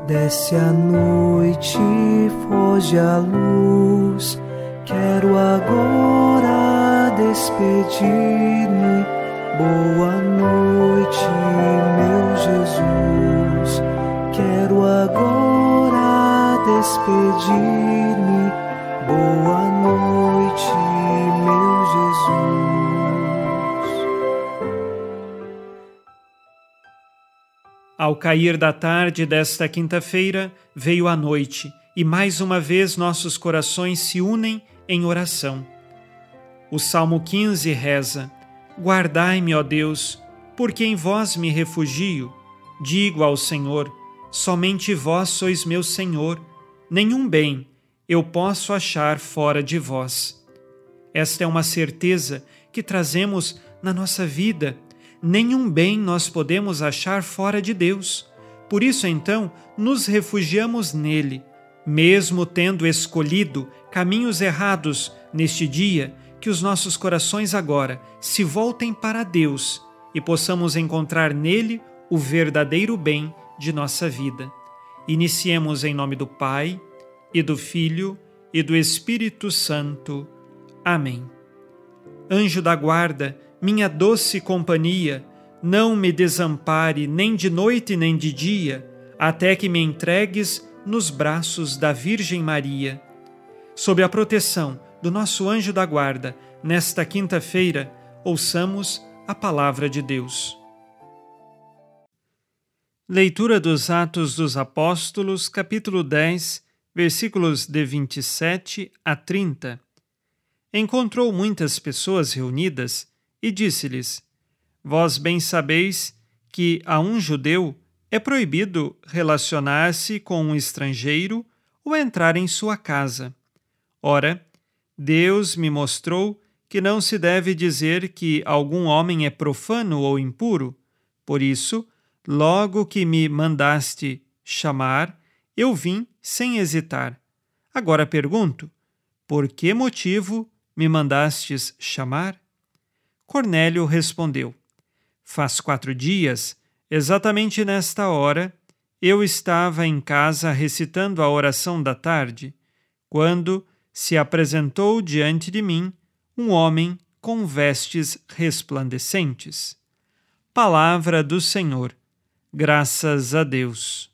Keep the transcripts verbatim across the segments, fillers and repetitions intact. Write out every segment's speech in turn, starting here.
Desce a noite, foge a luz. Quero agora despedir-me. Boa noite, meu Jesus. Quero agora despedir-me. Boa noite, meu Jesus. Ao cair da tarde desta quinta-feira, veio a noite, e mais uma vez nossos corações se unem em oração. O Salmo quinze reza: Guardai-me, ó Deus, porque em vós me refugio. Digo ao Senhor: somente vós sois meu Senhor, nenhum bem eu posso achar fora de vós. Esta é uma certeza que trazemos na nossa vida. Nenhum bem nós podemos achar fora de Deus. Por isso, então, nos refugiamos nele, mesmo tendo escolhido caminhos errados neste dia. Que os nossos corações agora se voltem para Deus e possamos encontrar nele o verdadeiro bem de nossa vida. Iniciemos em nome do Pai, e do Filho, e do Espírito Santo. Amém. Anjo da guarda, minha doce companhia, não me desampare nem de noite nem de dia, até que me entregues nos braços da Virgem Maria. Sob a proteção do nosso anjo da guarda, nesta quinta-feira, ouçamos a palavra de Deus. Leitura dos Atos dos Apóstolos, capítulo dez, versículos de vinte e sete a trinta. Encontrou muitas pessoas reunidas e disse-lhes: Vós bem sabeis que a um judeu é proibido relacionar-se com um estrangeiro ou entrar em sua casa. Ora, Deus me mostrou que não se deve dizer que algum homem é profano ou impuro. Por isso, logo que me mandaste chamar, eu vim sem hesitar. Agora pergunto: por que motivo me mandastes chamar? Cornélio respondeu: Faz quatro dias, exatamente nesta hora, eu estava em casa recitando a oração da tarde, quando se apresentou diante de mim um homem com vestes resplandecentes. Palavra do Senhor. Graças a Deus.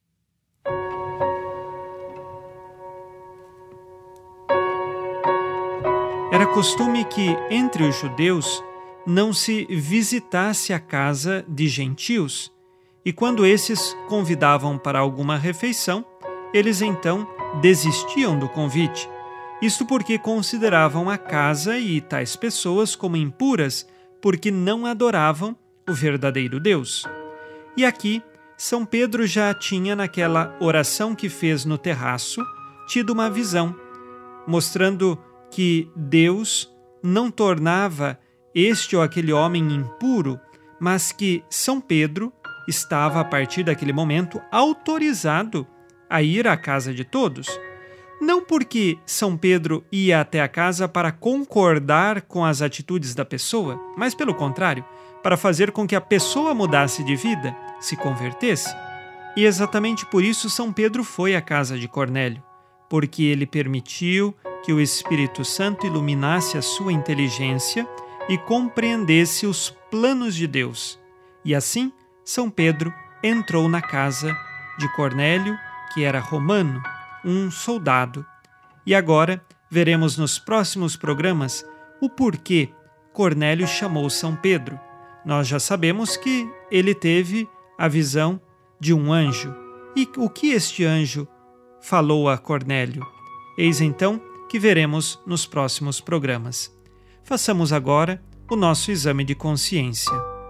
Era costume que, entre os judeus, não se visitasse a casa de gentios, e quando esses convidavam para alguma refeição, eles então desistiam do convite. Isto porque consideravam a casa e tais pessoas como impuras, porque não adoravam o verdadeiro Deus. E aqui, São Pedro já tinha, naquela oração que fez no terraço, tido uma visão, mostrando que Deus não tornava este ou aquele homem impuro, mas que São Pedro estava, a partir daquele momento, autorizado a ir à casa de todos. Não porque São Pedro ia até a casa para concordar com as atitudes da pessoa, mas pelo contrário, para fazer com que a pessoa mudasse de vida, se convertesse. E exatamente por isso São Pedro foi à casa de Cornélio, porque ele permitiu que o Espírito Santo iluminasse a sua inteligência e compreendesse os planos de Deus. E assim, São Pedro entrou na casa de Cornélio, que era romano, um soldado. E agora veremos nos próximos programas o porquê Cornélio chamou São Pedro. Nós já sabemos que ele teve a visão de um anjo. E o que este anjo falou a Cornélio? Eis então que veremos nos próximos programas. Façamos agora o nosso exame de consciência.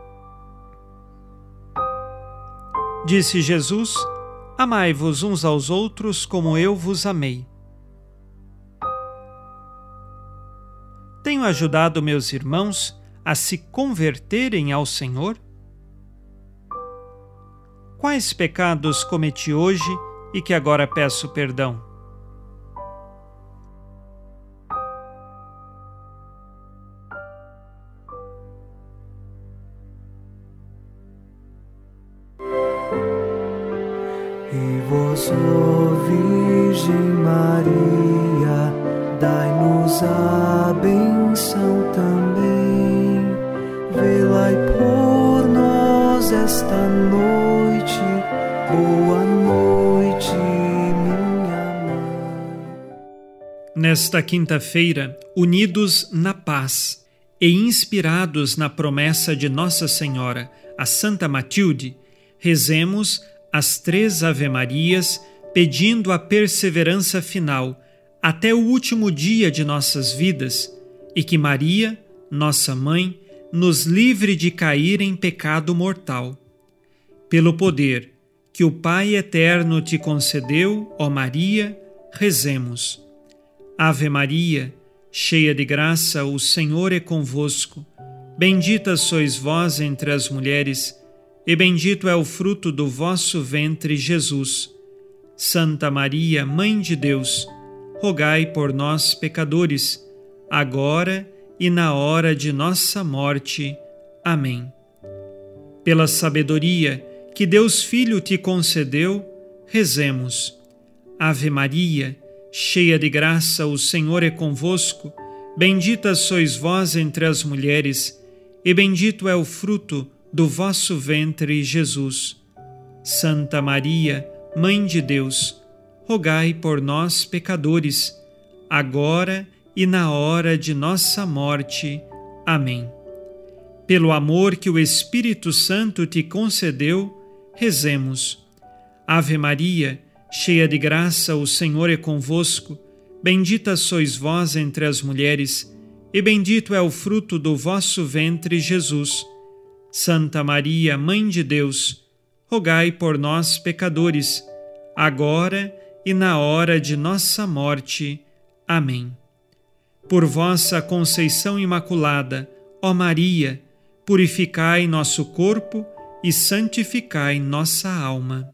Disse Jesus: Amai-vos uns aos outros como eu vos amei. Tenho ajudado meus irmãos a se converterem ao Senhor? Quais pecados cometi hoje e que agora peço perdão? E vós, ó Virgem Maria, dai-nos a benção também. Velai por nós esta noite. Boa noite, minha mãe. Nesta quinta-feira, unidos na paz e inspirados na promessa de Nossa Senhora, a Santa Matilde, rezemos as três Ave-Marias, pedindo a perseverança final até o último dia de nossas vidas e que Maria, nossa Mãe, nos livre de cair em pecado mortal. Pelo poder que o Pai Eterno te concedeu, ó Maria, rezemos. Ave Maria, cheia de graça, o Senhor é convosco. Bendita sois vós entre as mulheres, e bendito é o fruto do vosso ventre, Jesus. Santa Maria, Mãe de Deus, rogai por nós, pecadores, agora e na hora de nossa morte. Amém. Pela sabedoria que Deus Filho te concedeu, rezemos. Ave Maria, cheia de graça, o Senhor é convosco. Bendita sois vós entre as mulheres, e bendito é o fruto do vosso ventre, Jesus. Santa Maria, Mãe de Deus, rogai por nós, pecadores, agora e na hora de nossa morte. Amém. Pelo amor que o Espírito Santo te concedeu, rezemos. Ave Maria, cheia de graça, o Senhor é convosco. Bendita sois vós entre as mulheres, e bendito é o fruto do vosso ventre, Jesus. Santa Maria, Mãe de Deus, rogai por nós, pecadores, agora e na hora de nossa morte. Amém. Por vossa conceição imaculada, ó Maria, purificai nosso corpo e santificai nossa alma.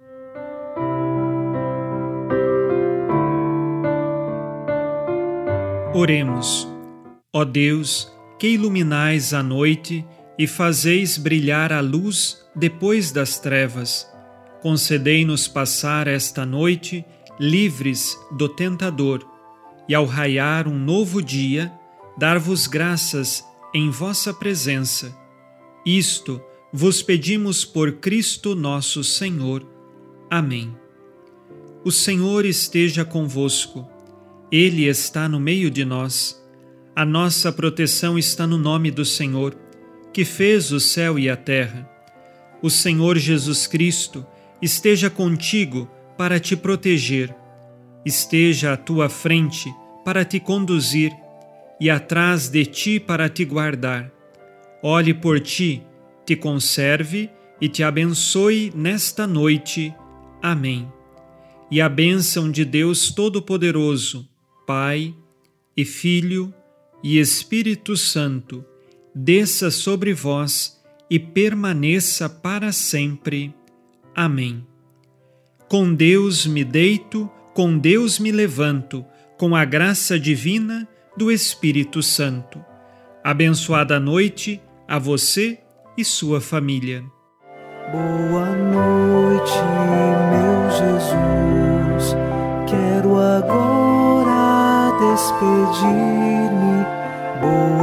Oremos. Ó Deus, que iluminais a noite e fazeis brilhar a luz depois das trevas, concedei-nos passar esta noite livres do tentador, e ao raiar um novo dia, dar-vos graças em vossa presença. Isto vos pedimos por Cristo nosso Senhor. Amém. O Senhor esteja convosco. Ele está no meio de nós. A nossa proteção está no nome do Senhor, que fez o céu e a terra. O Senhor Jesus Cristo esteja contigo para te proteger. Esteja à tua frente para te conduzir e atrás de ti para te guardar. Olhe por ti, te conserve e te abençoe nesta noite. Amém. E a bênção de Deus Todo-Poderoso, Pai e Filho e Espírito Santo, desça sobre vós e permaneça para sempre. Amém. Com Deus me deito, com Deus me levanto, com a graça divina do Espírito Santo. Abençoada noite a você e sua família. Boa noite, meu Jesus. Quero agora despedir-me. Boa